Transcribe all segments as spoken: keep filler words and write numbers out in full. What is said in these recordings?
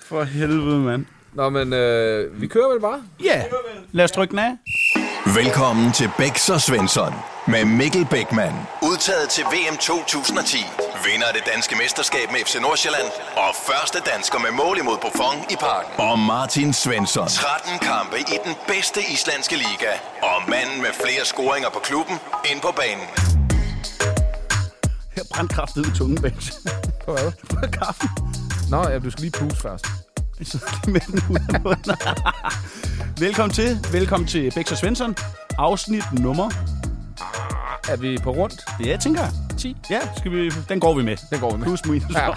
For helvede, mand. Nå, men øh, vi kører vel bare? Ja, yeah. Lad os trykke den af. Velkommen til Bæks og Svensson med Mikkel Bækman. Udtaget til V M to tusind og ti. Vinder det danske mesterskab med F C Nordsjælland. Og første dansker med mål imod Buffon i Parken. Og Martin Svensson. tretten kampe i den bedste islandske liga. Og manden med flere scoringer på klubben ind på banen. Jeg brændte kraftet i tungen, Bæks. På hvad? På kaffen. Nå, ja, du skal lige puste først. Velkommen til. Velkommen til Bæks og Svensson. Afsnit nummer... Er vi på rundt? Ja, jeg tænker ti. Ja, skal vi, den går vi med. Den går vi med. Plus minus. Ja.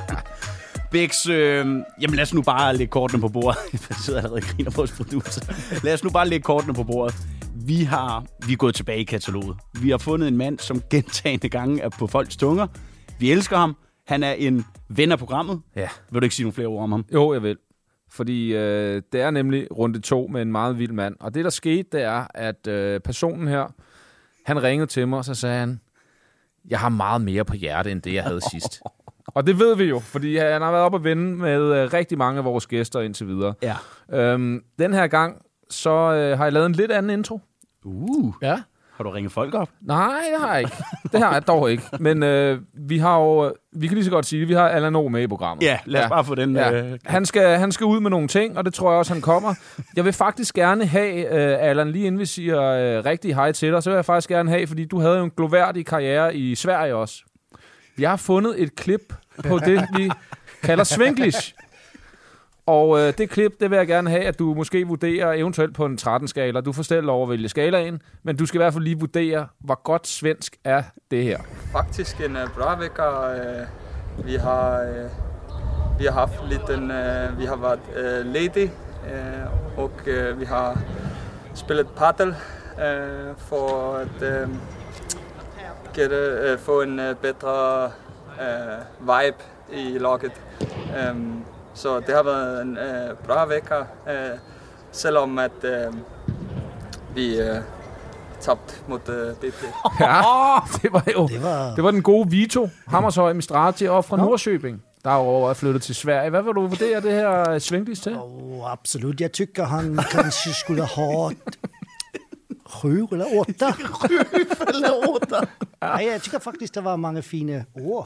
Bæks, øh, jamen lad os nu bare lægge kortene på bordet. Jeg sidder allerede og griner på vores producer. Lad os nu bare lægge kortene på bordet. Vi har vi er gået tilbage i kataloget. Vi har fundet en mand, som gentagne gange er på folks tunger. Vi elsker ham. Han er en ven af programmet. Ja. Vil du ikke sige nogle flere ord om ham? Jo, jeg vil. Fordi øh, det er nemlig runde to med en meget vild mand. Og det, der skete, det er, at øh, personen her, han ringede til mig, og så sagde han, jeg har meget mere på hjerte, end det, jeg havde sidst. Og det ved vi jo, fordi han har været op og vende med øh, rigtig mange af vores gæster indtil videre. Ja. Øhm, den her gang, så øh, har jeg lavet en lidt anden intro. Uh. Ja. Har du ringet folk op? Nej, det har jeg ikke. Det har jeg dog ikke. Men øh, vi har jo, vi kan lige så godt sige, at vi har Allan O med i programmet. Ja, lad os ja. bare få den. Ja. Øh... Han, skal, han skal ud med nogle ting, og det tror jeg også, han kommer. Jeg vil faktisk gerne have, øh, Allan, lige inden vi siger øh, rigtig hej til dig, så vil jeg faktisk gerne have, fordi du havde jo en gloværdig karriere i Sverige også. Vi har fundet et klip på det, vi kalder Svenglish. Og øh, det klip, det vil jeg gerne have, at du måske vurderer eventuelt på en tretten-skala. Du får selv lov at vælge skalaen, men du skal i hvert fald lige vurdere, hvor godt svensk er det her. Faktisk en uh, bra vecka. Uh, vi har uh, vi har haft lidt en, uh, vi har været uh, ledig uh, og uh, vi har spillet paddel uh, for at uh, get, uh, få en uh, bedre uh, vibe i laget. Um, Så det har været en øh, bra vecka, øh, selvom at øh, vi øh, tabte mod øh, B P. Ja, det var jo det var, det var den gode Vito Hammershøi Mistrati og fra Nå. Nordsjøbing, der er jo flyttet til Sverige. Hvad vil du vurdere det her Svenglish til? Oh, absolut. Jeg tycker han kanske skulle ha sju eller åtta. Sju eller åtta? Nej, jeg tycker faktisk, der var mange fine ord.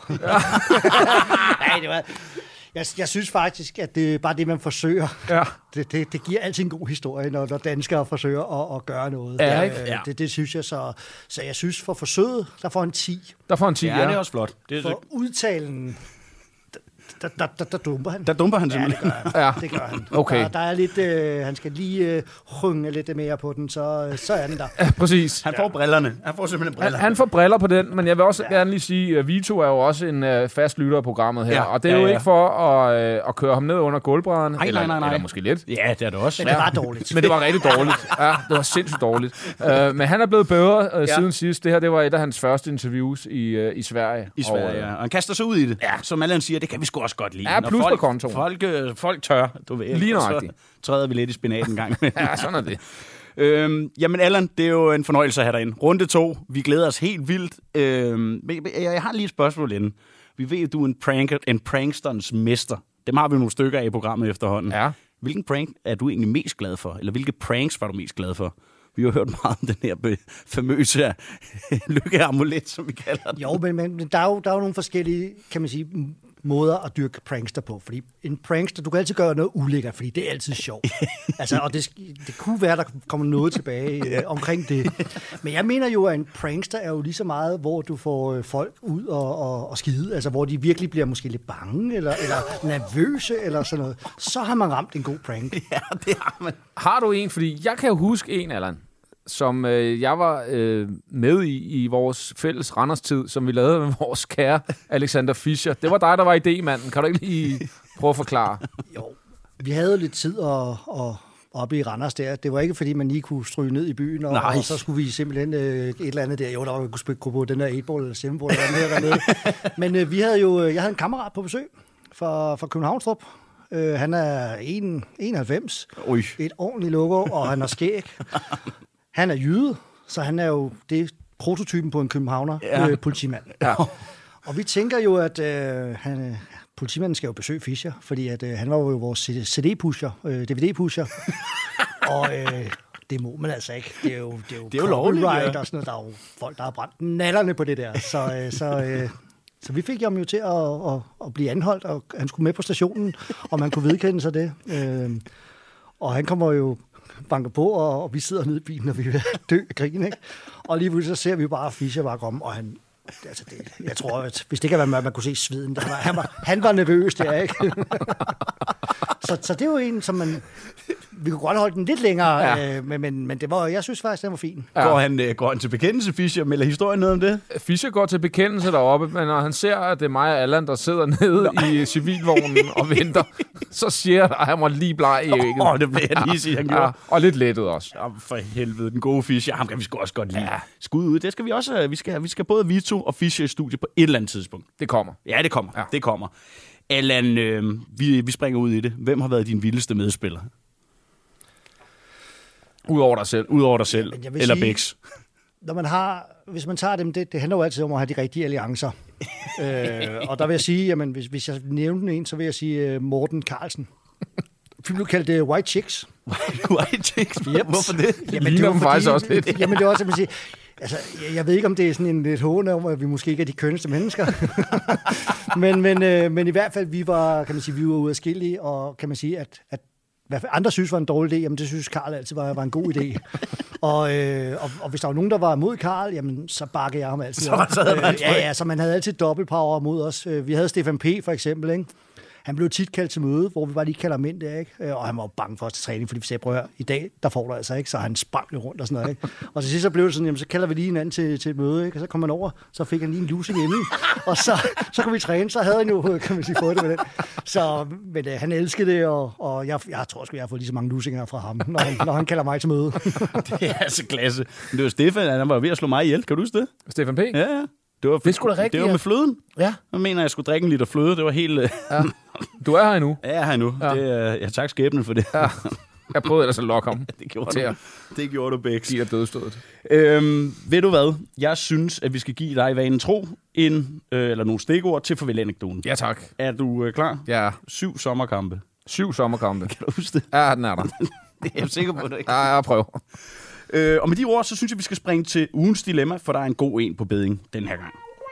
Nej, det var... Jeg, jeg synes faktisk, at det er bare det, man forsøger. Ja. Det, det, det giver altid en god historie, når, når danskere forsøger at, at gøre noget. Ja, ikke? Ja. Det, det synes jeg så. Så jeg synes, for forsøget, der får en ti. Der får en ti, ja. Ja, det er også flot. Det er for udtalen, der, der, der, der dumper han. Der dumper han simpelthen. Ja, det gør han. Ja. Det gør han. Okay. Der, der er lidt, øh, han skal lige øh, synge lidt mere på den, så, så er den der. Ja, præcis. Han får ja. brillerne. Han får simpelthen briller. Han, han får briller på den, men jeg vil også ja. gerne lige sige, at Vito er jo også en uh, fast lytter af programmet her, ja. og det er ja, jo ja. ikke for at, uh, at køre ham ned under gulvbrædderne. Nej, eller, nej, nej, nej. Eller måske lidt. Ja, det er det også. Men det var dårligt. Men det var rigtig dårligt. Ja, det var sindssygt dårligt. Uh, men han er blevet bedre uh, ja. siden sidst. Det her, det var et af hans første interviews i, uh, i Sverige. I Sverige, og, uh, ja. Og han kaster sig ud i det. Ja. Som Allan siger, det kan vi sgu også godt lide. Ja, plus folk, på kontoen. Folk, øh, folk tør, du ved. Lige nøjagtigt. Så træder vi lidt i spinaten en gang. Ja, sådan er det. Øhm, jamen Allan, det er jo en fornøjelse at have dig ind. Runde to, vi glæder os helt vildt. Øhm, jeg har lige et spørgsmål inden. Vi ved, at du er en, pranker, en pranksterens mester. Dem har vi nogle stykker af i programmet efterhånden. Ja. Hvilken prank er du egentlig mest glad for? Eller hvilke pranks var du mest glad for? Vi har hørt meget om den her famøse lykkeamulet, som vi kalder den. Jo, men, men der, er jo, der er jo nogle forskellige, kan man sige, måder at dyrke prankster på. Fordi en prankster, du kan altid gøre noget ulækkert, fordi det er altid sjovt. altså, og det, det kunne være, der kommer noget tilbage øh, omkring det. Men jeg mener jo, at en prankster er jo lige så meget, hvor du får øh, folk ud og, og, og skide. Altså, hvor de virkelig bliver måske lidt bange, eller, eller nervøse, eller sådan noget. Så har man ramt en god prank. Ja, det har man. Har du en? Fordi jeg kan jo huske en, Allan, som øh, jeg var øh, med i i vores fælles Randers-tid, som vi lavede med vores kære Alexander Fischer. Det var dig, der var idémanden. Kan du ikke lige prøve at forklare? Jo, vi havde lidt tid at, at, oppe i Randers der. Det var ikke, fordi man lige kunne stryge ned i byen, og, og så skulle vi simpelthen øh, et eller andet der. Jo, der var vi kunne spille på den der eight-ball eller seven-ball eller andet dernede. Men øh, vi havde jo, jeg havde en kammerat på besøg fra, fra Københavnstrup. Øh, han er en komma enoghalvfems. Ui. Et ordentligt logo, og han har skæg. Han er jyde, så han er jo det prototypen på en københavner ja. øh, politimand. Ja. Og vi tænker jo, at øh, han, politimanden skal jo besøge Fischer, fordi at, øh, han var jo vores C D-pusher, øh, D V D-pusher. og øh, det må man altså ikke. Det er jo, det er jo, det er jo lovligt, ja. Og sådan noget. Der er jo folk, der har brændt nallerne på det der. Så, øh, så, øh, så vi fik ham jo til at, at, at blive anholdt, og han skulle med på stationen, og man kunne vedkende sig det. Øh, og han kommer jo banker på, og, og vi sidder nede i bilen, og vi vil dø af grin, ikke? Og lige pludselig så ser vi bare Fischer bare komme, og han... Altså det, jeg tror, at hvis det kan være, at man kunne se sveden, der var, han, var, han var nervøs der, ikke? så, så det er jo en, som man... Vi kunne godt holde den lidt længere, ja. øh, men, men, men det var, jeg synes faktisk, den var fin. Ja. Går, han, øh, går han til bekendelse, Fischer? Melder historien noget om det? Fischer går til bekendelse deroppe, men når han ser, at det er mig og Allan, der sidder nede Nå. i civilvognen og venter, så siger han, at han var lige bleg i ægget. Åh, oh, det blev jeg lige sige, han gjorde. Ja, og lidt lettet også. Ja, for helvede, den gode Fischer. Ham kan vi sgu også godt lide. Ja. Skud ud, det skal vi også. Vi skal, vi skal både Vito og Fischer i studiet på et eller andet tidspunkt. Det kommer. Ja, det kommer. Ja. Det kommer. Allan, øh, vi, vi springer ud i det. Hvem har været din vildeste medspiller? Udover dig selv. Udover dig selv. Eller Bæks. Når man har, hvis man tager dem, det, det handler jo altid om at have de rigtige alliancer. øh, og der vil jeg sige, jamen, hvis, hvis jeg nævner en, så vil jeg sige uh, Morten Carlsen. Vi blev kaldt uh, White Chicks. White Chicks? Yep. Hvorfor det? Jamen, det var faktisk også lidt. Jamen, det er også, at man siger, altså, jeg, jeg ved ikke, om det er sådan en lidt hån om, at vi måske ikke er de kønneste mennesker. men, men, øh, men i hvert fald, vi var, kan man sige, vi var uadskillige, og kan man sige, at, at hvad andre synes var en dårlig idé, jamen det synes Karl altid var, var en god idé. og, øh, og, og hvis der var nogen, der var mod Karl, jamen så bakkede jeg ham altid. Så, så øh, ja, ja, så man havde altid dobbeltpower mod os. Vi havde Stefan P. for eksempel, ikke? Han blev tit kaldt til møde, hvor vi bare lige kalder ham ind der, ikke? Og han var bange for os til træning, fordi vi sagde, prøv at høre, i dag, der får du altså ikke, så han sprang lidt rundt og sådan noget, ikke? Og til sidst så blev det sådan, jamen så kalder vi lige hinanden til, til et møde, ikke? Og så kom han over, så fik han lige en lusing inden, og så, så kunne vi træne, så havde han jo, kan man sige, fået det med det. Så, men øh, han elskede det, og, og jeg, jeg tror sgu, jeg har fået lige så mange lusinger fra ham, når han, når han kalder mig til møde. Det er altså klasse. Men det var Stefan, han var ved at slå mig ihjel, kan du huske det? Stefan P? Ja, ja. Det var, det skulle da rigtigt. Det var med fløden. Ja. Jeg mener, jeg skulle drikke en liter fløde. Det var helt... Ja. Du er her endnu. Ja, jeg er her endnu. Ja. Det, jeg tak skæbnen for det. Ja. Jeg prøvede ellers at lokke ham. Det gjorde du. Det gjorde du, Bæks. Giv dig dødstødet. Øhm, ved du hvad? Jeg synes, at vi skal give dig vanen tro en, øh, eller nogle stikord til farvel-anekdoten. Ja, tak. Er du øh, klar? Ja. Syv sommerkampe. Syv sommerkampe. Kan du huske det? Ja, den er der. Det er jeg sikker på, det ikke. Ja, jeg prøver. Øh, og med de ord, så synes jeg, vi skal springe til ugens dilemma, for der er en god en på bedding den her gang.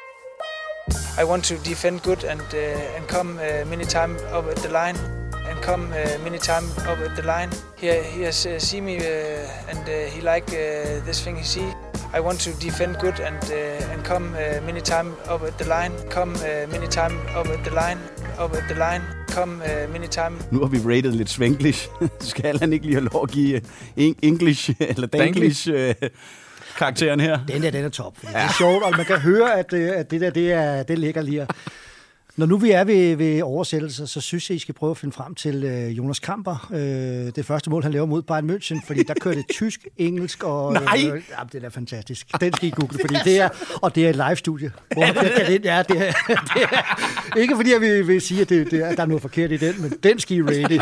I want to defend good and uh, and come uh, many time up at the line and come uh, many time up at the line. He he has uh, see me uh, and uh, he like uh, this thing he see. I want to defend good and uh, and come uh, many time up at the line. Come uh, many time up at the line. Up at the line. Come uh, many time. Nu har vi rated lidt svenglish. Skal han ikke lige have lov at give uh, English eller Danglish uh, karakteren her? Den der, den er top. Ja. Det er sjovt, og man kan høre, at, at det der, det er, det ligger lige. Når nu vi er ved, ved oversættelser, så synes jeg, I skal prøve at finde frem til øh, Jonas Kamper. Øh, det første mål, han laver mod Bayern München, fordi der kører det tysk, engelsk og... Nej! Øh, ja, det er fantastisk. Den skal I google, fordi det er... Og det er et live-studie. Hvor ja, det, ja, det, er, det er... Ikke fordi jeg vil, vil sige, at det, det er, der er noget forkert i den, men den skal I rate.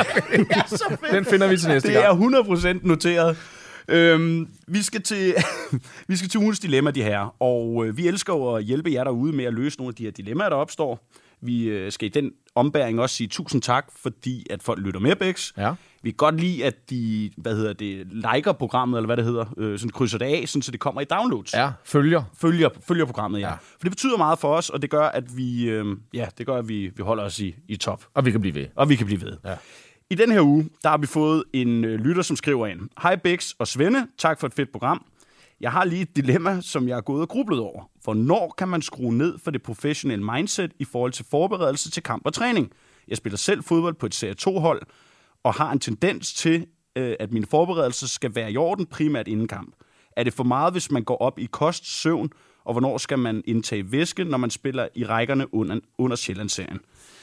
Den finder vi til næste gang. Det er hundrede procent noteret. Øhm, vi skal til vi skal til ugens dilemma, de her, og øh, vi elsker jo at hjælpe jer derude med at løse nogle af de her dilemmaer, der opstår. Vi øh, skal i den ombæring også sige tusind tak, fordi at folk lytter med, Bæks. Ja. Vi kan godt lide, at de, hvad hedder det, liker programmet, eller hvad det hedder, øh, sådan krydser det af, sådan, så det kommer i downloads. Ja, følger. Følger, følger programmet, ja. ja. For det betyder meget for os, og det gør, at vi, øh, ja, det gør, at vi, vi holder os i, i top. Og vi kan blive ved. Og vi kan blive ved. Ja. I den her uge, der har vi fået en øh, lytter, som skriver ind. Hej Bæks og Svende, tak for et fedt program. Jeg har lige et dilemma, som jeg er gået og grublet over. Hvornår kan man skrue ned for det professionelle mindset i forhold til forberedelse til kamp og træning? Jeg spiller selv fodbold på et serie to-hold, og har en tendens til, øh, at mine forberedelser skal være i orden, primært inden kamp. Er det for meget, hvis man går op i kost, søvn, og hvornår skal man indtage væske, når man spiller i rækkerne under, under Sjællandsserien?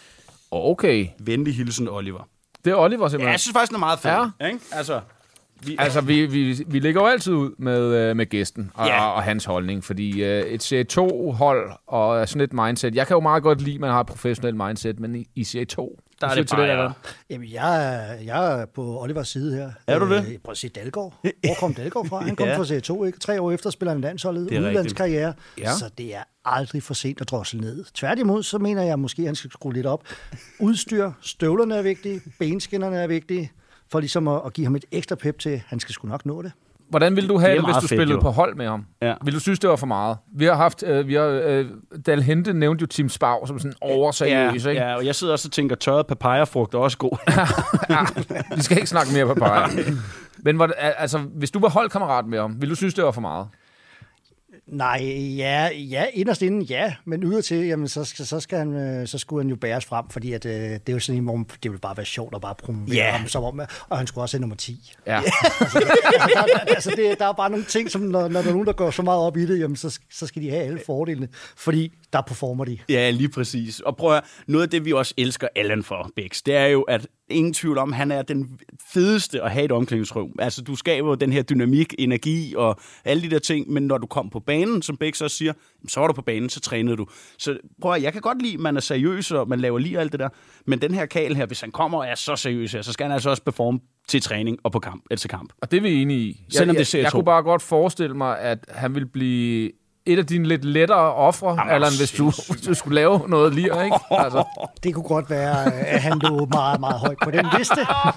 Okay. Venlig hilsen, Oliver. Det er Oliver simpelthen. Ja, jeg synes faktisk, det er meget fedt. Ja. Ikke? Altså, vi, altså vi, vi, vi lægger jo altid ud med, med gæsten og, ja. og, og hans holdning, fordi uh, et serie to-hold og sådan et mindset, jeg kan jo meget godt lide, at man har et professionelt mindset, men i, i serie to, Der er siger det til bare, det, ja. Allan? Jamen, jeg er, jeg er på Olivers side her. Er du det? Øh, prøv at se Dalgaard. Hvor kom Dalgaard fra? Han kom Ja. fra C to, ikke? Tre år efter spiller han landsholdet, Det er udlandskarriere. Ja. Så det er aldrig for sent at drosle ned. Tværtimod, så mener jeg måske, at han skal skrue lidt op. Udstyr, støvlerne er vigtige, benskinnerne er vigtige, for ligesom at, at give ham et ekstra pep til, at han skal sgu nok nå det. Hvordan ville du Det have er det, hvis meget du fedt, spillede jo. på hold med ham? Ja. Vil du synes, det var for meget? Vi har haft, øh, vi har, øh, Dal Hente nævnte jo Tim Spau som sådan overseriøs, Ja, ikke? ja, og jeg sidder også og tænker, tørret papayafrugt er også god. Ja, vi skal ikke snakke mere papaya. Men hvor, altså, hvis du var holdkammerat med ham, ville du synes, det var for meget? Nej, ja, ja, inderst inden, ja, men udadtil, jamen, så, skal, så, skal han, øh, så skulle han jo bæres frem, fordi at, øh, det er jo sådan en, hvor det ville bare være sjovt at bare promovere Ja. ham, som om, og han skulle også have nummer ti. Ja. altså, der, der, altså det, der er bare nogle ting, som når, når der er nogen, der går så meget op i det, jamen, så, så skal de have alle fordelene, fordi der performer de. Ja, lige præcis. Og prøv at, noget af det, vi også elsker Allan for, Bæks, det er jo, at ingen tvivl om, han er den fedeste at have et omklædningsrum. Altså, du skaber jo den her dynamik, energi og alle de der ting, men når du kommer på banen, som Bæks også siger, så var du på banen, så trænede du. Så prøv at, jeg kan godt lide, at man er seriøs, og man laver lige alt det der, men den her Karl her, hvis han kommer og er så seriøs her, så skal han altså også performe til træning og på kamp, eller til kamp. Og det er vi enige i. Jeg, Selvom det jeg, ser jeg, jeg to. kunne bare godt forestille mig, at han ville blive et af dine lidt lettere ofre, Allan, hvis du, hvis du skulle lave noget lige, ikke? Altså. Det kunne godt være, at han lå meget, meget højt på den liste.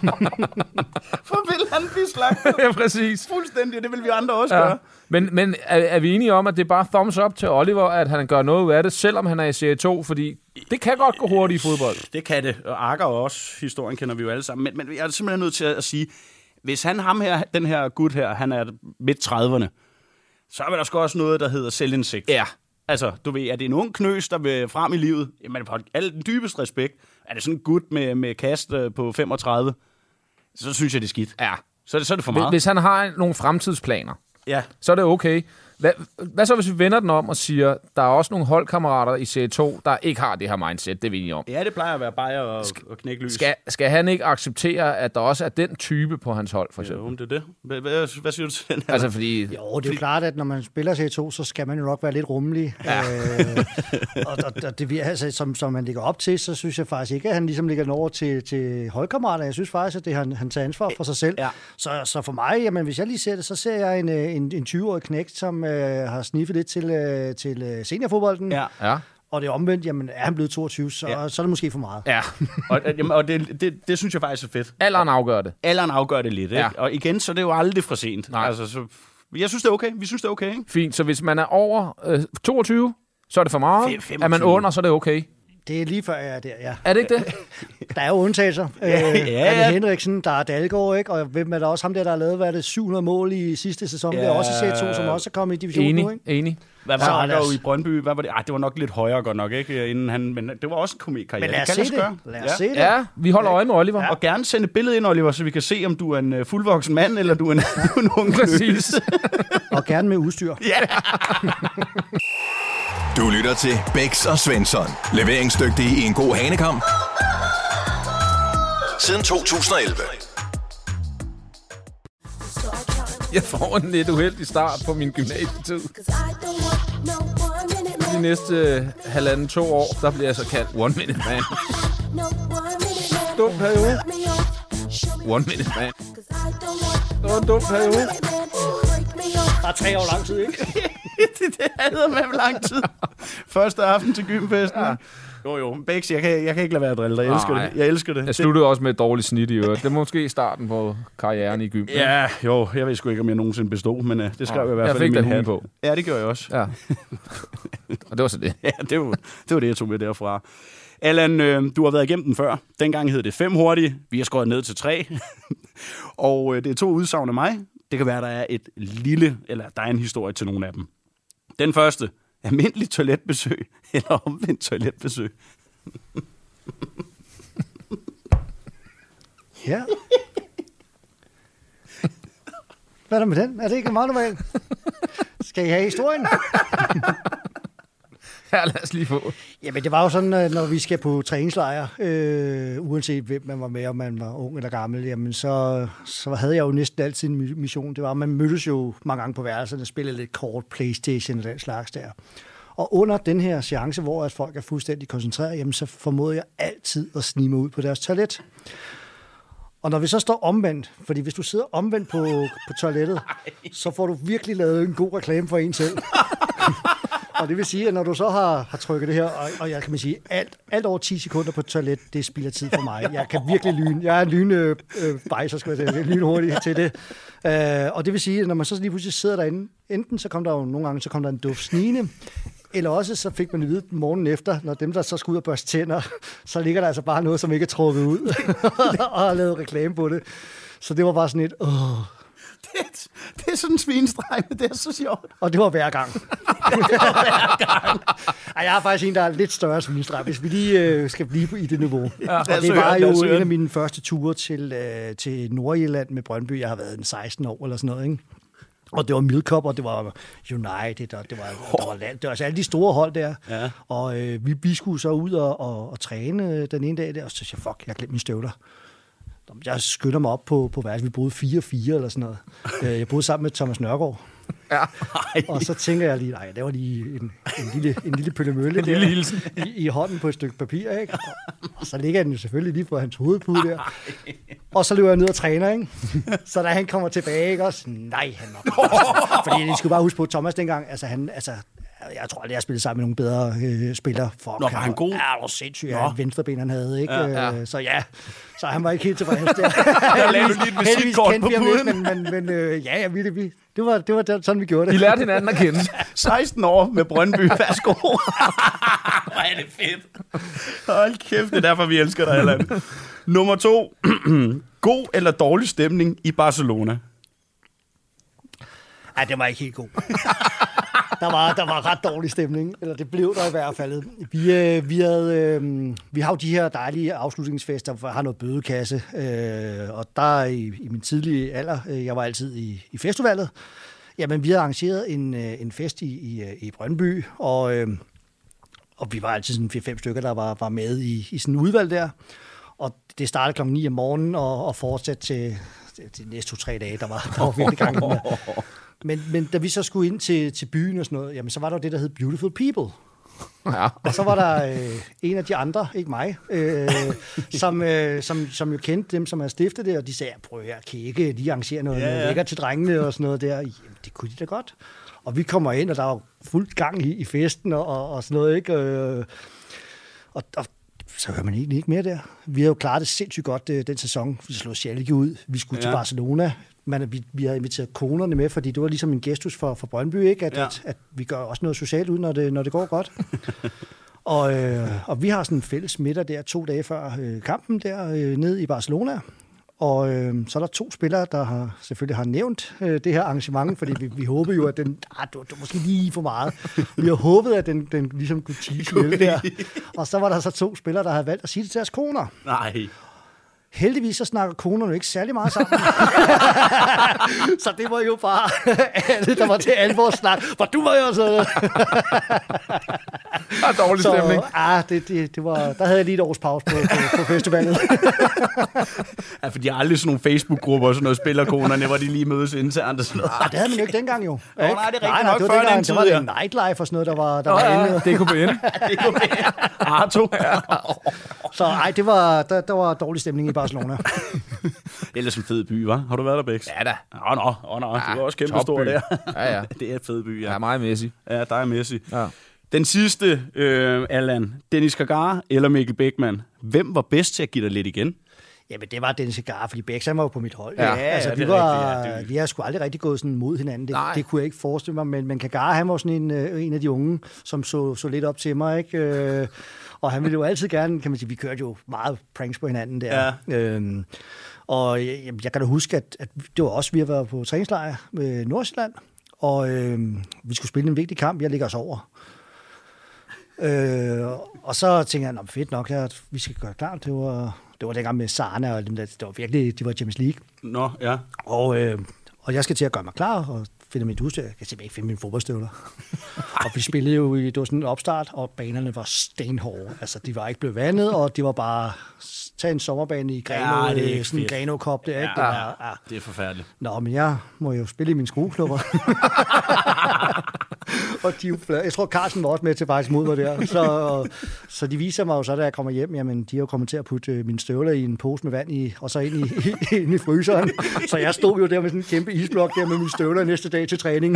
For vil han blive slagtet? Ja, præcis. Fuldstændig, det vil vi andre også Ja. gøre. Men, men er, er vi enige om, at det er bare thumbs up til Oliver, at han gør noget ud af det, selvom han er i serie to? Fordi det kan godt gå hurtigt i fodbold. Det kan det, og Akker også. Historien kender vi jo alle sammen. Men, men jeg er simpelthen nødt til at sige, hvis han ham her, den her gut her, han er midt trediverne, så er der sgu også noget, der hedder selvindsigt. Ja. Altså, du ved, er det en ung knøs, der vil frem i livet? Jamen, på al den dybeste respekt. Er det sådan en gut med, med kast øh, på femogtredive? Så synes jeg, det er skidt. Ja. Så er det, så er det for Hvis, meget. hvis han har nogle fremtidsplaner, Ja. så er det okay. Hvad, hvad så, hvis vi vender den om og siger, der er også nogle holdkammerater i serie to, der ikke har det her mindset, det er vi enige om. Ja, det plejer at være bajer og, og knække lys. Skal, skal han ikke acceptere, at der også er den type på hans hold, for eksempel? Jo, det er det. Hvad, hvad, hvad siger du til den her? Altså, fordi... Jo, det er jo klart, at når man spiller serie to, så skal man jo nok være lidt rummelig. Ja. Øh, og, og, og det, altså, som, som man ligger op til, så synes jeg faktisk ikke, at han ligesom ligger den over til, til holdkammerater. Jeg synes faktisk, at det han, han tager ansvar for sig selv. Ja. Så, så for mig, jamen, hvis jeg lige ser det, så ser jeg en, en, en tyve-årig knægt, som øh, har sniffet lidt til, øh, til øh, seniorfodbolden. Ja. Ja. Og det er omvendt, jamen er han blevet toogtyve, så, Ja. så er det måske for meget. Ja. og jamen, og det, det, det synes jeg faktisk er fedt. Alderen afgør det. Alderen afgør det lidt, ikke? Ja. Og igen, så er det jo aldrig for sent. Nej. Altså, så, jeg synes, det er okay. Vi synes, det er okay, ikke? Fint, så hvis man er over øh, toogtyve, så er det for meget. Fem- femogtyve. Er man under, så er det okay. Det er lige før jeg er der, ja. Er det ikke det? Der er jo undtagelser. Ja, ja, ja. ja. Henriksen, der er Dalgaard, ikke? Og hvem er der også ham der, der har lavet, hvad er det, syv hundrede mål i sidste sæson? Ja. Det er også i serie to, som også er kommet i divisionen nu, Enig, ikke? enig. Hvad Så var lad der os- jo i Brøndby? Hvad var det? Ej, det var nok lidt højere godt nok, ikke? Inden han, men det var også en komikkarriere. Men lad os Det kan se lade sig det. gøre. Lad os se det. Ja, vi holder øje med Oliver. Og gerne sende et billede ind, Oliver, så vi kan se, om du er en uh, fuldvoksen mand, eller du er en, du er en ung Præcis. Og gerne med udstyr. Du lytter til Bæks og Svensson. Leveringsdygtige i en god hanekamp. Siden to tusind og elleve. Jeg får en lidt uheldig start på min gymnasietid. De næste øh, halvanden, to år, der bliver jeg så kaldt One Minute Man. Dum periode. One Minute Man. Det var en dum periode. Der er tre år lang tid, ikke? det, det havde med lang tid. Første aften til gymfesten. Ja. Jo, jo. Bæks, jeg kan, jeg kan ikke lade være at drille dig. Jeg elsker Nej. det. Jeg elsker det. Jeg sluttede også med et dårligt snit i øvrigt. Det er måske starten på karrieren i gym. Ja, jo. Jeg ved sgu ikke, om jeg nogensinde bestod, men uh, det skrev jeg i hvert Jeg fald i fik min den hue hat. på. Ja, det gjorde jeg også. Ja. Og det var så det. Ja, det var, det var det, jeg tog med derfra. Allan, øh, du har været igennem den før. Dengang hed det fem hurtige. Vi har skåret ned til tre. Og øh, det er to udsagn af mig. Det kan være, der er et lille, eller der er en historie til nogle af dem. Den første. Almindelig toiletbesøg, eller omvendt toiletbesøg. Ja. Hvad er der med den? Er det ikke meget normalt? Skal I have historien? Ja, lad os lige få. Jamen, det var jo sådan, at når vi skal på træningslejre, øh, uanset hvem man var med, om man var ung eller gammel, jamen så, så havde jeg jo næsten altid en mission. Det var, at man mødtes jo mange gange på værelserne, spillede lidt kort, PlayStation og den slags der. Og under den her seance, hvor at folk er fuldstændig koncentreret, jamen, så formåede jeg altid at snige mig ud på deres toilet. Og når vi så står omvendt, fordi hvis du sidder omvendt på, på toilettet, så får du virkelig lavet en god reklame for en selv. Og det vil sige, at når du så har, har trykket det her, og, og jeg kan man sige, alt, alt over ti sekunder på toilet, det spilder tid for mig. Jeg kan virkelig lyne. Jeg er en lyne øh, bejser, skal jeg sige. Jeg er lynhurtig til det. Øh, og det vil sige, at når man så lige pludselig sidder derinde, enten så kom der jo nogle gange, så kom der en duft snigende, eller også så fik man at vide morgenen efter, når dem, der så skulle ud og børste tænder, så ligger der altså bare noget, som ikke er trukket ud, og har lavet reklame på det. Så det var bare sådan et, åh. Det, det er sådan en svinestreg, men det er så sjovt. Og det var hver gang. det var hver gang. Ej, jeg har faktisk en, der er lidt større svinestreg, hvis vi lige øh, skal blive i det niveau. Ja, og det var jo en af mine første ture til, øh, til Nordjylland med Brøndby. Jeg har været en seksten år eller sådan noget, ikke? Og det var Milkop, og det var United, og det var, der var, land. Det var altså alle de store hold der. Ja. Og øh, vi, vi skulle så ud og, og, og træne den ene dag der, og så siger jeg, fuck, jeg har glemt mine støvler. Jeg skynder mig op på, på værelset. Vi boede fire fire eller sådan noget. Jeg boede sammen med Thomas Nørgaard. Ja. Og så tænker jeg lige, nej, det var lige en, en lille, en lille pøllemølle der i, i hånden på et stykke papir, ikke? Og, og så ligger den jo selvfølgelig lige på hans hovedpude der. Og så løber jeg ned og træner, ikke? Så da han kommer tilbage, ikke? Og så, nej, han var fordi jeg skulle bare huske på, Thomas dengang, altså han, altså, jeg tror aldrig, jeg har spillet sammen med nogle bedre øh, spillere. For, Nå, var han god? Ja, det var sindssygt. Ja, en venstreben, han havde, ikke? Ja, ja. Så ja, så han var ikke helt tilfreds der. Der lavede du lige et visitkort på puden. Men, men, men øh, ja, ja, vi, vi, det var, det var sådan, vi gjorde det. I lærte hinanden at kende. seksten år med Brøndby. Værsgo. Hvor er det fedt. Hold kæft, det er derfor, vi elsker dig, Allan. Nummer to. God eller dårlig stemning i Barcelona? Ej, det var ikke helt god. Der var, der var ret dårlig stemning, eller det blev der i hvert fald. Vi, øh, vi, havde, øh, vi har jo de her dejlige afslutningsfester, hvor jeg har noget bødekasse, øh, og der i, i min tidlige alder, øh, jeg var altid i, i festivalet, jamen vi havde arrangeret en, øh, en fest i, i, i Brøndby, og, øh, og vi var altid sådan fire fem stykker, der var, var med i, i sådan en udvalg der, og det startede klokken ni om morgenen og, og fortsatte til, til de næste to-tre dage, der var, der var virkelig gang i den der. Men, men da vi så skulle ind til, til byen og sådan noget, jamen så var der jo det, der hed Beautiful People. Ja. Og så var der øh, en af de andre, ikke mig, øh, som, øh, som, som jo kendte dem, som havde stiftet det, og de sagde, prøv her, kan I ikke lige arrangere noget, yeah. noget lækker til drengene og sådan noget der? Jamen, det kunne de da godt. Og vi kommer ind, og der var fuldt gang i, i festen og, og, og sådan noget, ikke? Øh, og, og så hører man egentlig ikke mere der. Vi har jo klaret det sindssygt godt den sæson. Vi slog Schalke ud. Vi skulle ja. til Barcelona. Men vi, vi havde inviteret konerne med, fordi det var ligesom en gestus for, for Brøndby, ikke? At, ja. at, at vi gør også noget socialt ud, når det, når det går godt. og, øh, og vi har sådan en fælles middag der to dage før øh, kampen der øh, ned i Barcelona. Og øh, så er der to spillere, der har, selvfølgelig har nævnt øh, det her arrangement, fordi vi, vi håbede jo, at den... Ah, det var måske lige for meget. Vi har håbet, at den, den ligesom kunne tease der. Og så var der så to spillere, der havde valgt at sige det til deres koner. Nej. Heldigvis så snakker konerne ikke særlig meget sammen. Så det var jo bare alle, der var til alvor snak. For du var jo så... Der er dårlig så, stemning. Ah, det, det, det var, der havde jeg lige et års pause på, på, på festivalet. Ja, for de har aldrig sådan nogle Facebook-grupper og sådan noget, spillerkonerne, hvor de lige mødes internt og sådan noget. Ah, det havde man jo ikke dengang jo. Nå, nej, det er rigtigt nej, nej, nok det før dengang, den tid. Det var det nightlife og sådan noget, der var, der Nå, var ja, inde. D K B N. D K B N. Arto. Så ej, det var, der, der var dårlig stemning i Barcelona. Ellers en fed by, hva'? Har du været der, Bæks? Ja da. Nå, nå, nå, nå. Ja, du er også kæmpe stor der. Ja, ja. Det er et fed by, ja. Ja, meget Messi. Ja, der er Messi. Ja. Den sidste, øh, Allan. Dennis Kagar eller Mikkel Bäckman. Hvem var bedst til at give dig lidt igen? Jamen, det var Dennis Kagar, fordi Bæks, han var jo på mit hold. Ja, ja, altså, ja, vi, det er var, rigtigt, ja, det er... vi har sgu aldrig rigtig gået sådan mod hinanden. Det, det kunne jeg ikke forestille mig, men, men Kagar, han var sådan en, en af de unge, som så, så lidt op til mig, ikke? Øh, og han ville jo altid gerne, kan man sige, vi kørte jo meget pranks på hinanden der. Ja. Øhm, og jeg, jeg kan da huske, at, at det var også, vi har været på træningslejr med Nordsjælland, og øh, vi skulle spille en vigtig kamp. Jeg ligger os over. Øh, og så tænkte jeg, fedt nok, at vi skal gøre klar. Det var, det var dengang med Sarna, og dem der, det var virkelig, det var Champions League. Nå, ja. Og, øh, og jeg skal til at gøre mig klar, og finde mit udstyr. Jeg kan simpelthen ikke finde mine fodboldstøvler. Og vi spillede jo, i, det var sådan en opstart, og banerne var stenhårde. Altså, de var ikke blevet vandet, og det var bare tage en sommerbane i Greno, ja, det er sådan en Greno-kop der, ikke? Ja, det, var, ja. Det er forfærdeligt. Nå, men jeg må jo spille i mine skrueknupper. og de, jeg tror, Carsten var også med til faktisk mod mig der. Så, så de viser mig jo så, da jeg kommer hjem, jamen, de har jo kommet til at putte mine støvler i en pose med vand i, og så ind i, i, ind i fryseren. Så jeg stod jo der med sådan en kæmpe isblok der med mine støvler næste dag til træning.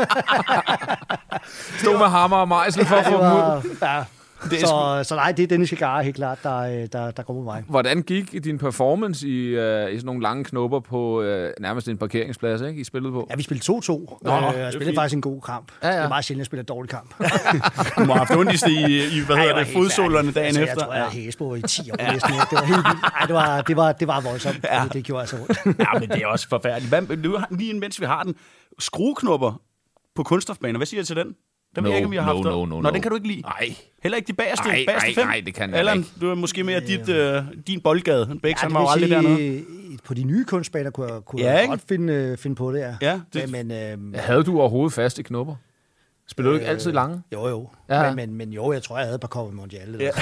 Stod med hammer og mejsel for at få dem ud. Ja. Det så, så nej, det er Dennis Higara helt klart, der, der, der går med mig. Hvordan gik din performance i, uh, i sådan nogle lange knopper på uh, nærmest en parkeringsplads, ikke? I spillede på? Ja, vi spillede to to. Nå, øh, jeg spillede faktisk en god kamp. Ja, ja. Det er meget sjældent, at jeg spiller en dårlig kamp. Du må have haft ondt i, i hvad hedder det, fodsålerne dagen altså, efter. Jeg tror, jeg havde hæsbro i ti år næsten. Det var helt vildt. Ej, det var, det var, det var voldsomt. Ja. Det, det gjorde altså ondt. Ja, men det er også forfærdeligt. Hvad, lige mens vi har den, skrueknopper på kunststofbaner, hvad siger du til den? Den no, ved jeg ikke, om vi har no, haft. No, no, no, Nå, den kan du ikke lide? Nej. Heller ikke de bagerste, ej, bagerste ej, fem? Nej, det kan jeg Allan, ikke. du er måske mere dit, øh, din boldgade. Bæk, ja, han var jo aldrig dernede. På de nye kunstbaner kunne jeg, kunne ja, jeg godt finde, finde på det, ja. ja det... Men, øh, havde du overhovedet faste knopper? Spillede øh, du ikke altid lange? Jo, jo. Ja. Men, men, men jo, jeg tror, jeg havde et par Copa Mondial. Ja.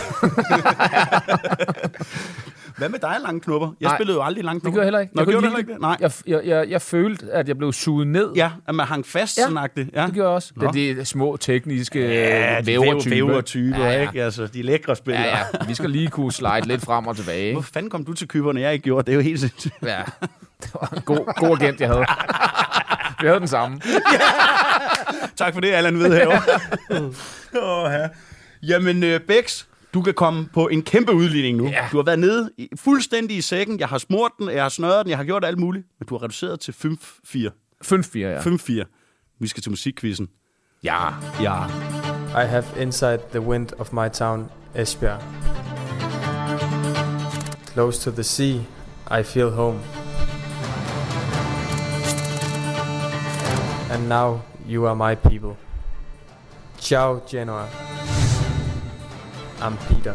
Hvad med dig, lange knopper? Jeg Nej, spillede jo aldrig lange knopper. Det gør jeg heller ikke. Nå, jeg gjorde du heller ikke det? Nej. Jeg, jeg, jeg, jeg følte, at jeg blev suget ned. Ja, at man hang fast ja, sådan-agtigt. Ja, det gjorde jeg også. Det er de små tekniske ja, vævertyper. Vævertyper, ja, ja. Ikke? Altså, de lækre spillere. Ja, ja. Vi skal lige kunne slide lidt frem og tilbage. Ikke? Hvor fanden kom du til Cypern, jeg ikke gjorde? Det er jo helt sindssygt. Ja, det var en god, god agent, jeg havde. Vi havde den samme. Ja. Tak for det, Allan Vedhaver. oh, ja. Jamen, uh, Bæks, du kan komme på en kæmpe udligning nu. Ja. Du har været nede i, fuldstændig i sækken. Jeg har smurt den, jeg har snøret den, jeg har gjort alt muligt. Men du har reduceret til fem fire. fem fire, ja. fem fire. Vi skal til musikquizzen. Ja. Ja. I have inside the wind of my town, Esbjerg. Close to the sea, I feel home. And now you are my people. Ciao, Genoa. I'm Peter.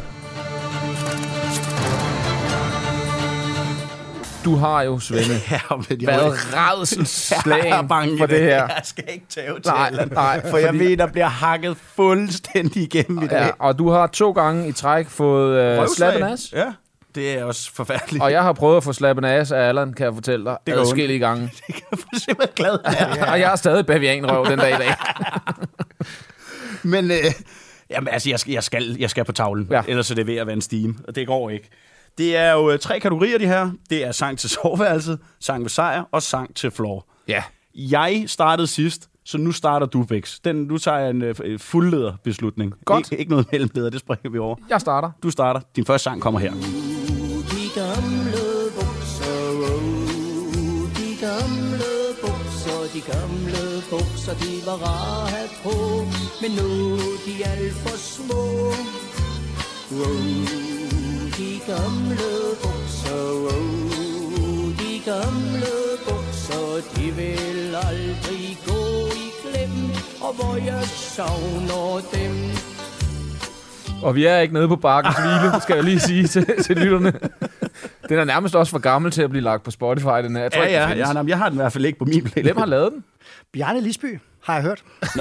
Du har jo, Svende, ja, men været rædselsslagen for det her. Jeg skal ikke tage til nej, Allan, nej, for jeg ved, der bliver hakket fuldstændig igennem i dag. Ja, og du har to gange i træk fået uh, slappen as. Ja, det er også forfærdeligt. Og jeg har prøvet at få slappen as af Allan, kan jeg fortælle dig, adskillige gange. Det kan jeg få simpelthen glad af. Ja. Og jeg er stadig bavianrøv den dag i dag. Men øh, jamen, altså, jeg, skal, jeg, skal, jeg skal på tavlen, ja. Ellers er det ved at være en steam, og det går ikke. Det er jo tre kategorier, de her. Det er sang til soveværelset, sang ved sejr og sang til floor. Ja. Jeg startede sidst, så nu starter du, Bæks. Den, nu tager jeg en uh, fuldleder beslutning. Godt. Ik- ikke noget mellemleder, det springer vi over. Jeg starter. Du starter. Din første sang kommer her. De gamle bukser, oh, de gamle bukser, de gamle bukser, de var rare at have på, men nu de er alt for små. Oh, de gamle bukser, oh, de gamle bukser, de vil aldrig gå i klem, og hvor jeg savner dem. Og vi er ikke nede på Bakkens Hvile, skal jeg lige sige til, til lytterne. Den er nærmest også for gammel til at blive lagt på Spotify, den her. Jeg tror, ja, ikke, ja, ja, jeg har den i hvert fald ikke på min playlist. Hvem har lavet den? Bjarne Lisby, har jeg hørt.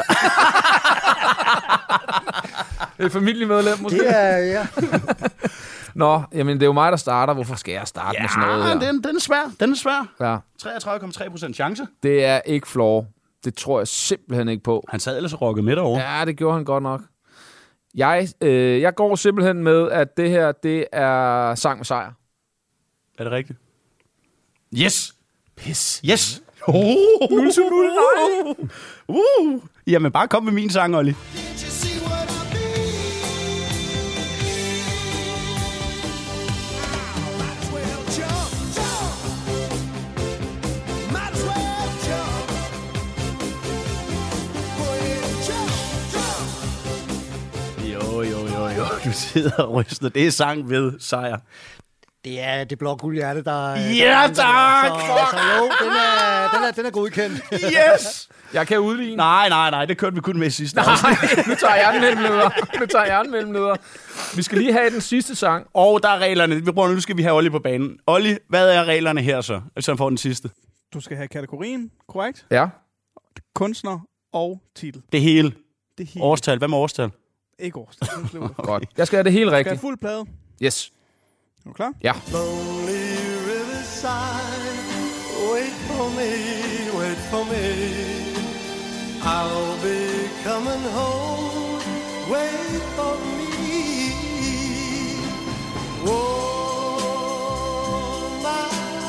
Det er familiemedlem, måske? Det er, ja. Nå, jamen det er jo mig, der starter. Hvorfor skal jeg starte ja, med sådan noget her? Den, den er svær. Den er svær. Ja. treogtredive komma tre procent chance. Det er ikke floor. Det tror jeg simpelthen ikke på. Han sad ellers og rockede med derovre. Ja, det gjorde han godt nok. Jeg, øh, jeg går simpelthen med, at det her, det er sang med sejr. Er det rigtigt? Yes! Pis. Yes! Oh, nul til nul. Uh. Jamen, bare kom med min sang, Olli. Jo, jo, jo, jo. Du sidder og ryster. Det er sang ved sejr. Det er det blå guldhjerte, der... Ja, der tak! så, så jo, den er, den er, den er godkendt. Yes! Jeg kan udligne. Nej, nej, nej. Det kørte vi kun med sidste Nej, nu tager jeg den mellemleder. Nu tager jeg den mellemleder. Vi skal lige have den sidste sang. Og der er reglerne. Vi bruger, nu skal vi have Olli på banen. Olli, hvad er reglerne her så? Hvis han får den sidste. Du skal have kategorien, korrekt? Ja. Kunstner og titel. Det hele. Det hele. Årstal. Hvad med årstal? Ikke årstal. Godt. Jeg skal have det helt rigtigt. Skal have fuld plade. Yes. Er du klar? Ja. Lonely riverside, wait for me, wait for me. I'll be coming home, wait for me. Oh, my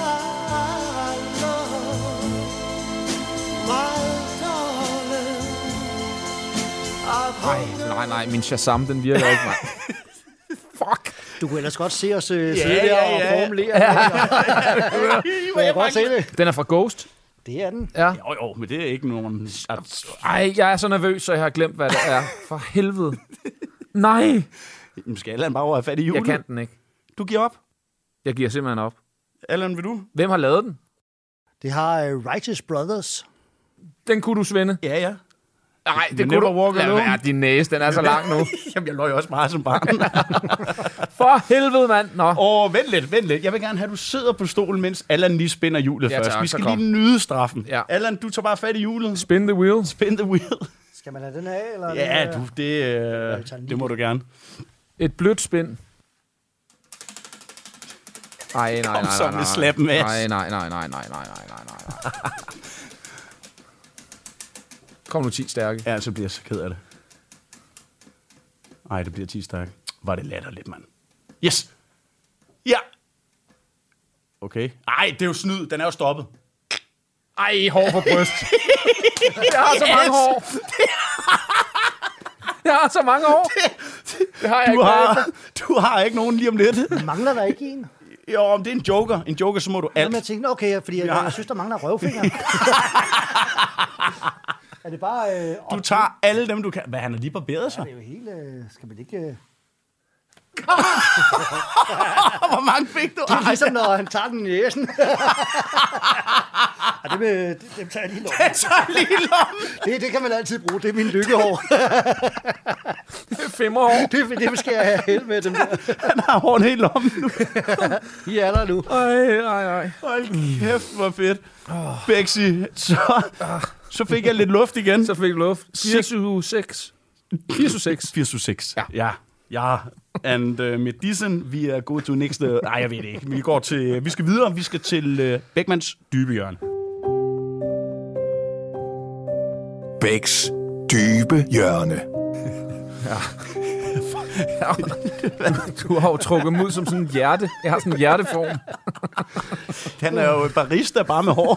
love, my darling, I've Nej, nej, nej, min Shazam, den virker ikke, mand. Fuck. Du kunne ellers godt se os øh, sidde ja, der ja, og ja. formulere. Ja, jeg kan godt se det. Den er fra Ghost. Det er den. Ja. Jo, jo, men det er ikke nogen... Ej, jeg er så nervøs, så jeg har glemt, hvad det er. For helvede. Nej. Jamen, skal Allan bare have fat i hjulet? Jeg kan den ikke. Du giver op? Jeg giver simpelthen op. Allan, vil du? Hvem har lavet den? Det har uh, Righteous Brothers. Den kunne du svinde. Ja, ja. Nej, det Men kunne never du. walk Lad alone. være, din næse, den er så lang nu. Jamen, jeg løg også meget som barn. For helvede, mand. Nå. Åh, oh, vent lidt, vent lidt. Jeg vil gerne have, at du sidder på stolen, mens Allan lige spænder hjulet Ja, først. tak, Vi så skal kom. lige nyde straffen. Ja. Allan, du tager bare fat i hjulet. Spin the wheel. Spin the wheel. Skal man have den af? Eller Ja, den, du, det, øh, det må du gerne. Et blødt spin. Ej, nej, nej, Kom så nej, med nej. slappen ass. Nej, nej, nej, nej, nej, nej, nej, nej, nej. Kom nu ti stærke. Ja, så bliver jeg så ked af det. Ej, det bliver ti stærke. Var det latterligt, mand. Yes! Ja! Okay. Ej, det er jo snyd. Den er jo stoppet. Ej, hår på bryst. Jeg har så mange hår. Jeg har så mange hår. Det har jeg Du ikke. har, du har ikke nogen lige om lidt. Mangler der ikke en? Jo, om det er en joker. En joker, så må du alt. Jamen, jeg tænkte, okay, fordi jeg, Ja. jeg synes, der mangler røvfingre. Er det bare... Øh, Du tager alle dem, du kan. Hvad, han har lige barberet sig? det er jo helt... Øh, skal man ikke... Øh... Hvor mange fik du? Det er ligesom, når han tager den i næsen. Ja, det, med, det, det tager jeg lige lommen. Jeg tager lige lommen. Det, det kan man altid bruge. Det er min lykkehår. Femmerhår. Det, det skal jeg have held med dem der. Han har hårdt helt lommen nu. I er der nu. Ej, ej, ej. Hold kæft, hvor fedt. Bexi, så, så fik jeg lidt luft igen. Så fik jeg luft. fire syv seks. fire syv seks. fire syv seks. Ja. Ja. Ja. And uh, med dissen, vi er gået til næste... Nej, jeg ved det ikke. Vi går til... Vi skal videre. Vi skal til uh, Beckmans dybe hjørne. Becks dybe hjørne. Du har jo trukket mig ud som sådan en hjerte. Jeg har sådan en hjerteform. Han er jo barista bare med hår.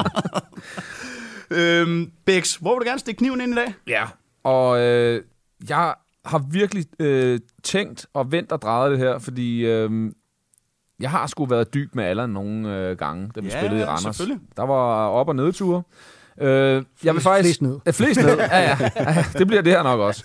øhm, Bex, hvor vil du gerne stikke kniven ind i dag? Ja. Og øh, jeg har virkelig øh, tænkt og vendt og drejet det her, fordi øh, jeg har sgu været dyb med Allan nogle øh, gange, da vi Ja, spillede i Randers. selvfølgelig. Der var op- og nedture. Øh, jeg vil faktisk... flest ned. Ja, flest ned. Ja, ja, ja, det bliver det her nok også.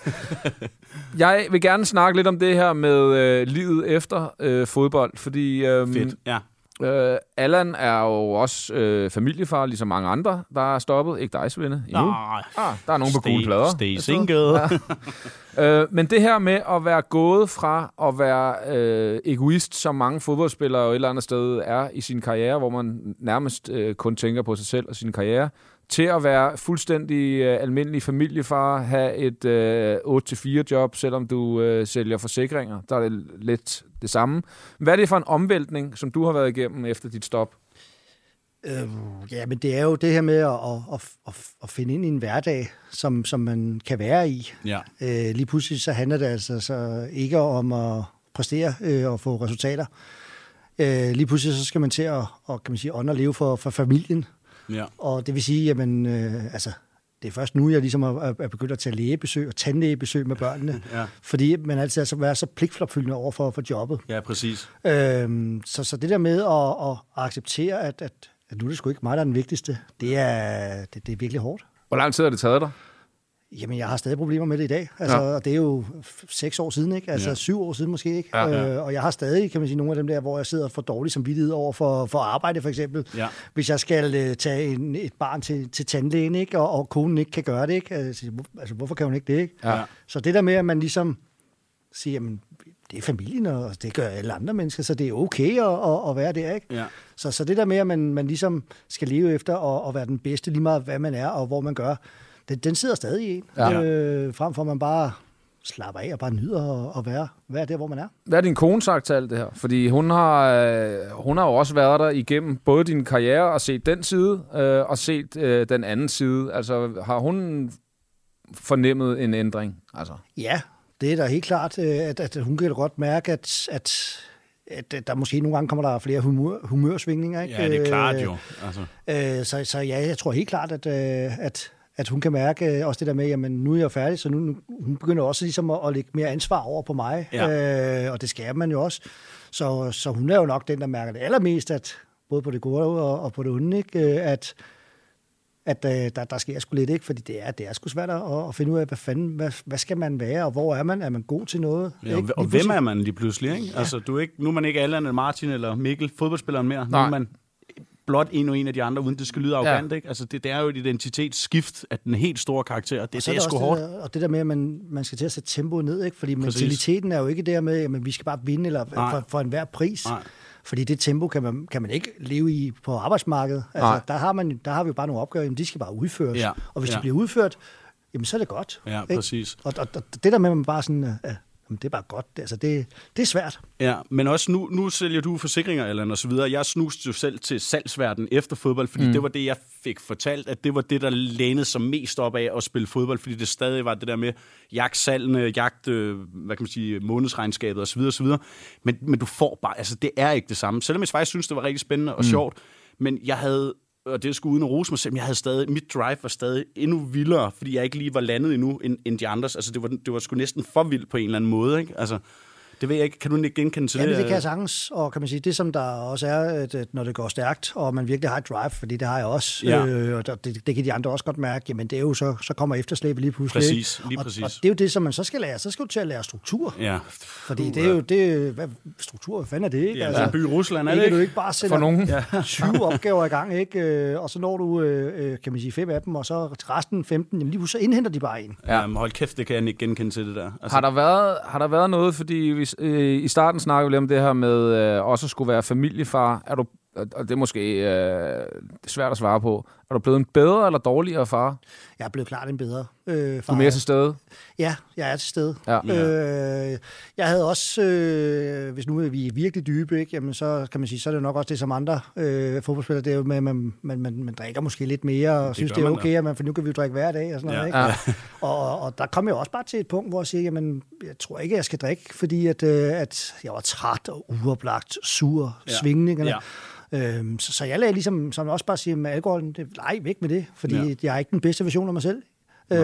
Jeg vil gerne snakke lidt om det her med øh, livet efter øh, fodbold, fordi... Øh, Fedt, ja. Øh, Allan er jo også øh, familiefar, ligesom mange andre, der er stoppet. Ikke dig, Svende, endnu. Nej. Ah, der er nogen på gule plader. Stay single. Ja. øh, men det her med at være gået fra at være øh, egoist, som mange fodboldspillere jo et eller andet sted er i sin karriere, hvor man nærmest øh, kun tænker på sig selv og sin karriere, til at være fuldstændig øh, almindelig familiefar, have et øh, otte til fire job, selvom du øh, sælger forsikringer. Der er det lidt det samme. Hvad er det for en omvæltning, som du har været igennem efter dit stop? Øh, ja, men det er jo det her med at, at, at, at finde ind i en hverdag, som, som man kan være i. Ja. Øh, lige pludselig så handler det altså så ikke om at præstere øh, og få resultater. Øh, lige pludselig så skal man til at og, kan man sige, ånd og leve for, for familien. Ja. Og det vil sige, jamen, øh, altså, det er først nu, jeg ligesom er, er begyndt at tage lægebesøg og tandlægebesøg med børnene. Ja. Fordi man altid er så, være så pligtopfyldende over for, for jobbet. Ja, præcis. Øhm, så, så det der med at, at acceptere, at, at, at nu er det sgu ikke mig, der er den vigtigste, det er, det, det er virkelig hårdt. Hvor lang tid har det taget dig? Jamen, jeg har stadig problemer med det i dag. Altså, Ja. og det er jo f- seks år siden, ikke? Altså Ja. syv år siden måske, ikke? Ja, ja. Øh, og jeg har stadig, kan man sige, nogle af dem der, hvor jeg sidder for dårlig samvittighed over for, for arbejde, for eksempel. Ja. Hvis jeg skal øh, tage en, et barn til, til tandlægen, ikke? Og, og konen ikke kan gøre det, ikke? Altså, hvor, altså, hvorfor kan hun ikke det, ikke? Ja. Så det der med, at man ligesom siger, jamen, det er familien, og det gør alle andre mennesker, så det er okay at, at, at være der, ikke? Ja. Så, så det der med, at man, man ligesom skal leve efter og, og være den bedste, lige meget hvad man er og hvor man gør, den, den sidder stadig i en. Ja. Øh, frem for at man bare slapper af og bare nyder at, at være, være der, hvor man er. Hvad har din kone sagt til alt det her? Fordi hun har, øh, hun har jo også været der igennem både din karriere og set den side, øh, og set øh, den anden side. Altså, har hun fornemmet en ændring? Altså. Ja, det er da helt klart, at, at hun kan godt mærke, at, at, at der måske nogle gange kommer der flere humør, humørsvingninger. Ikke? Ja, det er klart jo. Altså. Øh, så, så ja, jeg tror helt klart, at, at, at hun kan mærke også det der med, jamen nu er jeg færdig, så nu, nu hun begynder også ligesom at, at lægge mere ansvar over på mig, ja. øh, og det skal man jo også. Så, så hun er jo nok den, der mærker det allermest, at både på det gode og, og på det onde, ikke? at at øh, der, der sker sgu lidt, ikke? Fordi det er, det er sgu svært at, at finde ud af, hvad fanden, hvad, hvad skal man være, og hvor er man? Er man god til noget? Ja, og, og hvem er man lige pludselig, ikke? Ja. Altså, du er ikke, nu er man ikke Allan eller Martin eller Mikkel, fodboldspilleren mere. Nej. Nu er man blot en og en af de andre, uden det skal lyde arrogant, ja. Ikke? Altså, det, det er jo et identitetsskift af den helt store karakter, og det, og det er, er sgu hårdt. Det der, og det der med, at man, man skal til at sætte tempoet ned, ikke? Fordi Præcis. mentaliteten er jo ikke der med, at vi skal bare vinde eller for, for enhver pris. Nej. Fordi det tempo kan man, kan man ikke leve i på arbejdsmarkedet. Altså, der, har man, der har vi jo bare nogle opgaver, jamen, de skal bare udføres. Ja. Og hvis ja. de bliver udført, jamen, så er det godt. Ja, ikke? præcis. Og, og, og det der med, at man bare sådan, uh, jamen, det er bare godt. Altså, det, det er svært. Ja, men også nu, nu sælger du forsikringer eller og så videre. Jeg snuste jo selv til salgsverden efter fodbold, fordi mm. det var det, jeg fik fortalt, at det var det, der lænede sig mest op af at spille fodbold, fordi det stadig var det der med jagt salgene, jagt, hvad kan man sige, månedsregnskabet og så videre, og så videre. Men, men du får bare, altså det er ikke det samme. Selvom jeg faktisk synes, det var rigtig spændende og mm. sjovt, men jeg havde, og det skulle uden at rose mig selv, men jeg havde stadig, mit drive var stadig endnu vildere, fordi jeg ikke lige var landet endnu end, end de andres. Altså det var, det var sgu næsten for vildt på en eller anden måde, ikke? Altså, det ved jeg ikke. Kan du ikke genkende til ja, det? Ja, det kan jeg sagtens. Og kan man sige, det som der også er, at når det går stærkt, og man virkelig har et drive, fordi det har jeg også, ja. øh, og det, det kan de andre også godt mærke, jamen det er jo så, så kommer efterslæbet lige pludselig. Præcis, lige præcis. Og, og det er jo det, som man så skal lære. Så skal du til at lære struktur. Ja. Fordi det er jo, det, hvad, struktur, hvad fanden er det, ikke? Ja, altså, en by i Rusland, er det ikke? ikke? Du ikke bare sætter nogen. tyve opgaver i gang, ikke? Og så når du, kan man sige, fem af dem, og så resten femten, jamen lige pludselig så indhenter de bare en. Ja, men hold kæft, det kan jeg ikke genkende til det der. Altså. Har der været, har der været noget, fordi vi, øh, i starten snakker vi om det her med øh, også at skulle være familiefar. Er du, og det er måske øh, svært at svare på. Er du blevet en bedre eller dårligere far? Jeg er blevet klart en bedre øh, far. Du er mere til stede? Ja, jeg er til stede. Ja. Øh, jeg havde også, øh, hvis nu er vi virkelig dybe, ikke, jamen så kan man sige, så er det nok også det som andre øh, fodboldspillere, det er jo med, at man, man, man, man drikker måske lidt mere, og det synes, det er okay, at man, for nu kan vi jo drikke hver dag og sådan noget. Ja. Ikke? Ja. Og, og der kom jeg også bare til et punkt, hvor jeg siger, jamen, jeg tror ikke, jeg skal drikke, fordi at, øh, at jeg var træt og uoplagt, sur, ja. svingningerne. Ja. Øhm, så, så jeg lagde ligesom, som også bare siger med alkoholen, det, nej, væk med det, fordi ja. jeg er ikke den bedste version af mig selv. Øh,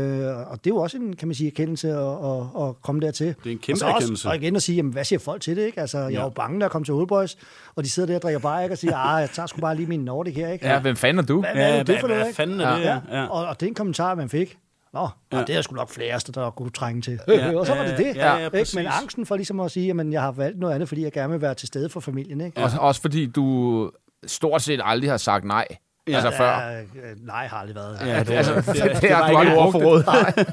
og det er jo også en, kan man sige, erkendelse at, at, at komme dertil. Det er en kæmpe og erkendelse. Også, og igen at sige, jamen, hvad siger folk til det, ikke? Altså, jeg ja. er jo bange, når jeg kommer til Old Boys, og de sidder der og drikker bare, ikke? Og siger, ah, jeg tager sgu bare lige min Nordic her, ikke? Ja, hvem fanden er du? Hvad, hvad er ja, det for hvad, noget, hvad fanden er det? Ja. Ja. Og, og det er en kommentar, man fik. Nå, ja. det er sgu nok flæreste, der kunne trænge til. Ja, og så var det det. Ja, ja, ikke? Men angsten for ligesom at sige, at jeg har valgt noget andet, fordi jeg gerne vil være til stede for familien. Ikke? Ja. Også, også fordi du stort set aldrig har sagt nej. Ja, altså før. Ja, nej, har aldrig været. Ja, det, altså, det, det, det, det, det var ikke et ord for råd.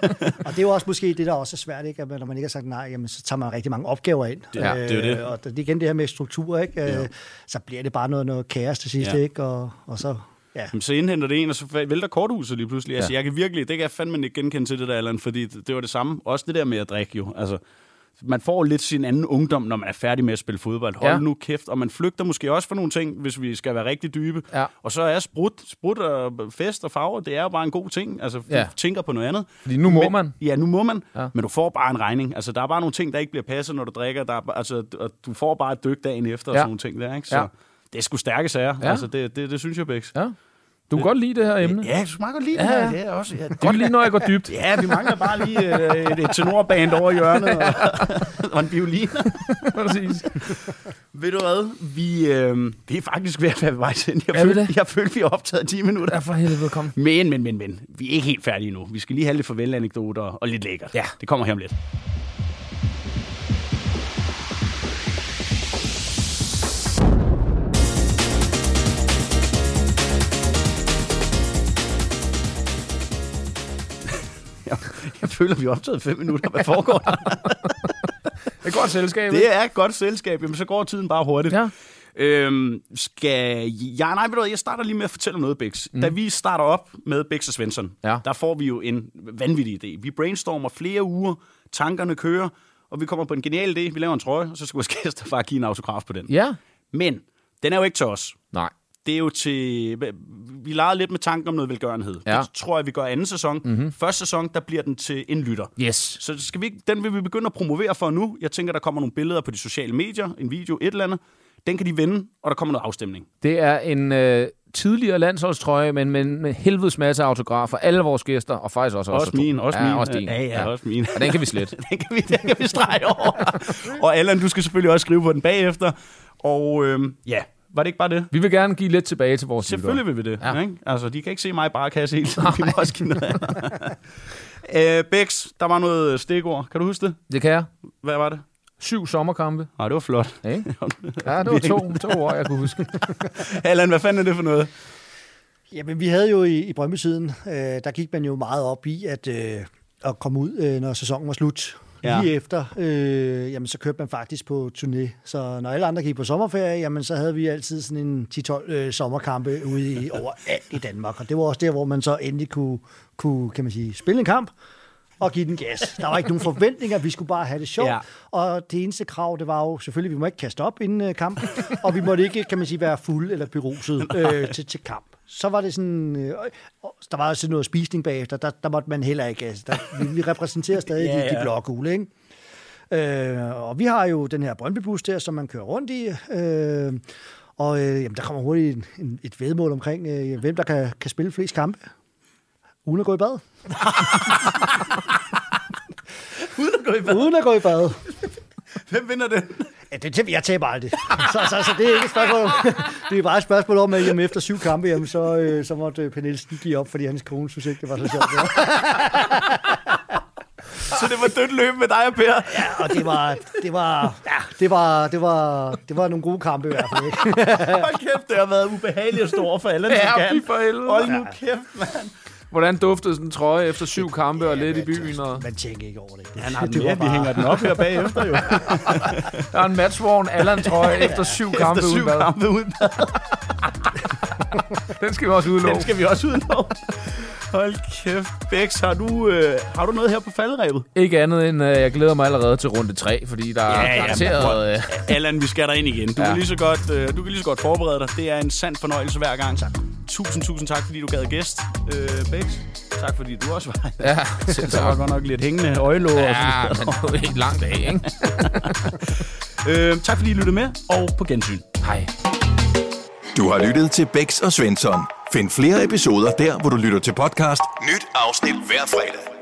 Og det er jo også måske det, der også er svært, ikke? At når man ikke har sagt nej, jamen, så tager man rigtig mange opgaver ind. Det, ja, det er det. Og det er igen det her med struktur, ikke? Ja. Så bliver det bare noget, noget kaos til sidst, ja. ikke? Og, og så... Ja. Jamen, så indhenter det en, og så vælter korthuset lige pludselig. Ja. Altså, jeg kan virkelig, det kan jeg fandme ikke genkende til det der, Allan, fordi det, det var det samme. Også det der med at drikke jo. Altså, man får lidt sin anden ungdom, når man er færdig med at spille fodbold. Hold ja. nu kæft, og man flygter måske også for nogle ting, hvis vi skal være rigtig dybe. Ja. Og så er sprut, sprut og fest og farver, det er jo bare en god ting. Altså, ja. du tænker på noget andet. Fordi nu må men, man. Ja, nu må man, ja. men du får bare en regning. Altså, der er bare nogle ting, der ikke bliver passet, når du drikker. Der er, altså, og du får bare et dyk dagen efter, ja. og sådan nogle ting der, ikke? Så ja. det er sgu stærke sager. Ja. Altså, det, det, det synes jeg, Bæks. Ja. Du kan godt lide det her emne. Ja, du meget godt lide ja. det her. Det er også, ja, godt lide, når jeg går dybt. Ja, vi mangler bare lige øh, et, et tenorband over hjørnet og, og en violin. Præcis. Ved du hvad? Vi, øh, vi er faktisk ved at være ved vej til. Jeg, føl, jeg følte, vi har optaget ti minutter. Ja, for helvede, kom. Men, men, men, men. Vi er ikke helt færdige nu. Vi skal lige have lidt farvel-anekdoter og lidt lækkert. Ja. Det kommer her om lidt. Jeg føler, vi har optaget fem minutter. Hvad foregår der? Det er godt selskab. Det er et godt selskab. Jamen, så går tiden bare hurtigt. Ja. Øhm, skal... Ja, nej, ved du, jeg starter lige med at fortælle noget, Bæks. Mm. Da vi starter op med Bæks og Svensson, ja. der får vi jo en vanvittig idé. Vi brainstormer flere uger, tankerne kører, og vi kommer på en genial idé. Vi laver en trøje, og så skal vores gæster bare give en autograf på den. Ja. Men den er jo ikke til os. Nej. det er jo til... Vi legede lidt med tanken om noget velgørenhed. Ja. Det tror jeg, vi gør anden sæson. Mm-hmm. Første sæson, der bliver den til en lytter. Yes. Så skal vi, den vil vi begynde at promovere for nu. Jeg tænker, der kommer nogle billeder på de sociale medier, en video, et eller andet. Den kan de vinde, og der kommer noget afstemning. Det er en øh, tidligere landsholdstrøje, men med, med helvedes masse autografer. Alle vores gæster, og faktisk også også min, også min. Også din. Ja, ja, ja, også min. Og den kan vi slet. den, kan vi, den kan vi strege over. Og Allan, du skal selvfølgelig også skrive på den bagefter. Og øhm, ja, var det ikke bare det? Vi vil gerne give lidt tilbage til vores Selvfølgelig lytter. Vil vi det. Ja. Ikke? Altså, de kan ikke se mig bare kasse hele tiden. Vi må også give noget andet. øh, Bex, der var noget stikord. Kan du huske det? Det kan jeg. Hvad var det? Syv sommerkampe. Nej, det var flot. Ja, ja det var to, to år, jeg kunne huske. Allan, hvad fanden er det for noget? Jamen, vi havde jo i, i Brøndby-tiden, øh, der gik man jo meget op i at, øh, at komme ud, øh, når sæsonen var slut. Ja. Lige efter, øh, jamen, så kørte man faktisk på turné. Så når alle andre gik på sommerferie, jamen, så havde vi altid sådan en ti tolv øh, sommerkampe ude i, overalt i Danmark. Og det var også der, hvor man så endelig kunne, kunne kan man sige, spille en kamp og give den gas. Der var ikke nogen forventninger, vi skulle bare have det sjovt. Ja. Og det eneste krav, det var jo selvfølgelig, vi må ikke kaste op inden kampen, og vi måtte ikke, kan man sige, være fuld eller beruset øh, til, til kamp. Så var det sådan, øh, der var også noget spisning bagefter, der, der måtte man heller ikke, altså, der, vi, vi repræsenterer stadig ja, ja. de, de blågule, ikke? Øh, og vi har jo den her Brøndby-bus der, som man kører rundt i, øh, og øh, jamen, der kommer hurtigt en, en, et væddemål omkring, øh, hvem der kan, kan spille flest kampe. Uden at gå i bad. Uden at gå i bad? Uden at gå i bad. Hvem vinder det? Ja, det jeg taber aldrig. Så, så, så det er ikke et spørgsmål. Det er bare et spørgsmål om, at jamen, efter syv kampe, jamen, så, øh, så måtte P. Nielsen give op, fordi hans kone synes ikke, det var så sjovt. Ja. Så det var dødt løb med dig og Per? Ja, og det var, det var, ja, det var, det var, det var nogle gode kampe i hvert fald. Ikke? Hold kæft, det har været ubehageligt at stå over for alle. Ja, fy for helvede. Hold nu kæft, mand. Hvordan duftede sådan en trøje efter syv kampe ja, og lidt i byen? Og... Man tænker ikke over det. Ja, nej, det var bare... Vi hænger den op her bagefter, jo. Der er en matchworn Allan-trøje efter syv kampe efter syv uden bad. kampe uden bad. Den skal vi også udlove. Den skal vi også udlove. Hold kæft. Bex, har du, øh, har du noget her på falderæbet? Ikke andet end, øh, jeg glæder mig allerede til runde tre, fordi der ja, er garanteret... Øh... Allan, vi skal der ind igen. Du, ja. kan lige så godt, øh, du kan lige så godt forberede dig. Det er en sand fornøjelse hver gang. Tak. Tusind, tusind tak, fordi du gad gæst, øh, Bex. Tak, fordi du også var Ja, selv tak. Der var godt nok lidt hængende øjelåg. Ja, og sådan men det var helt lang dag, ikke? øh, tak, fordi I lyttede med, og på gensyn. Hej. Du har lyttet til Bex og Svensson. Find flere episoder der, hvor du lytter til podcast. Nyt afsnit hver fredag.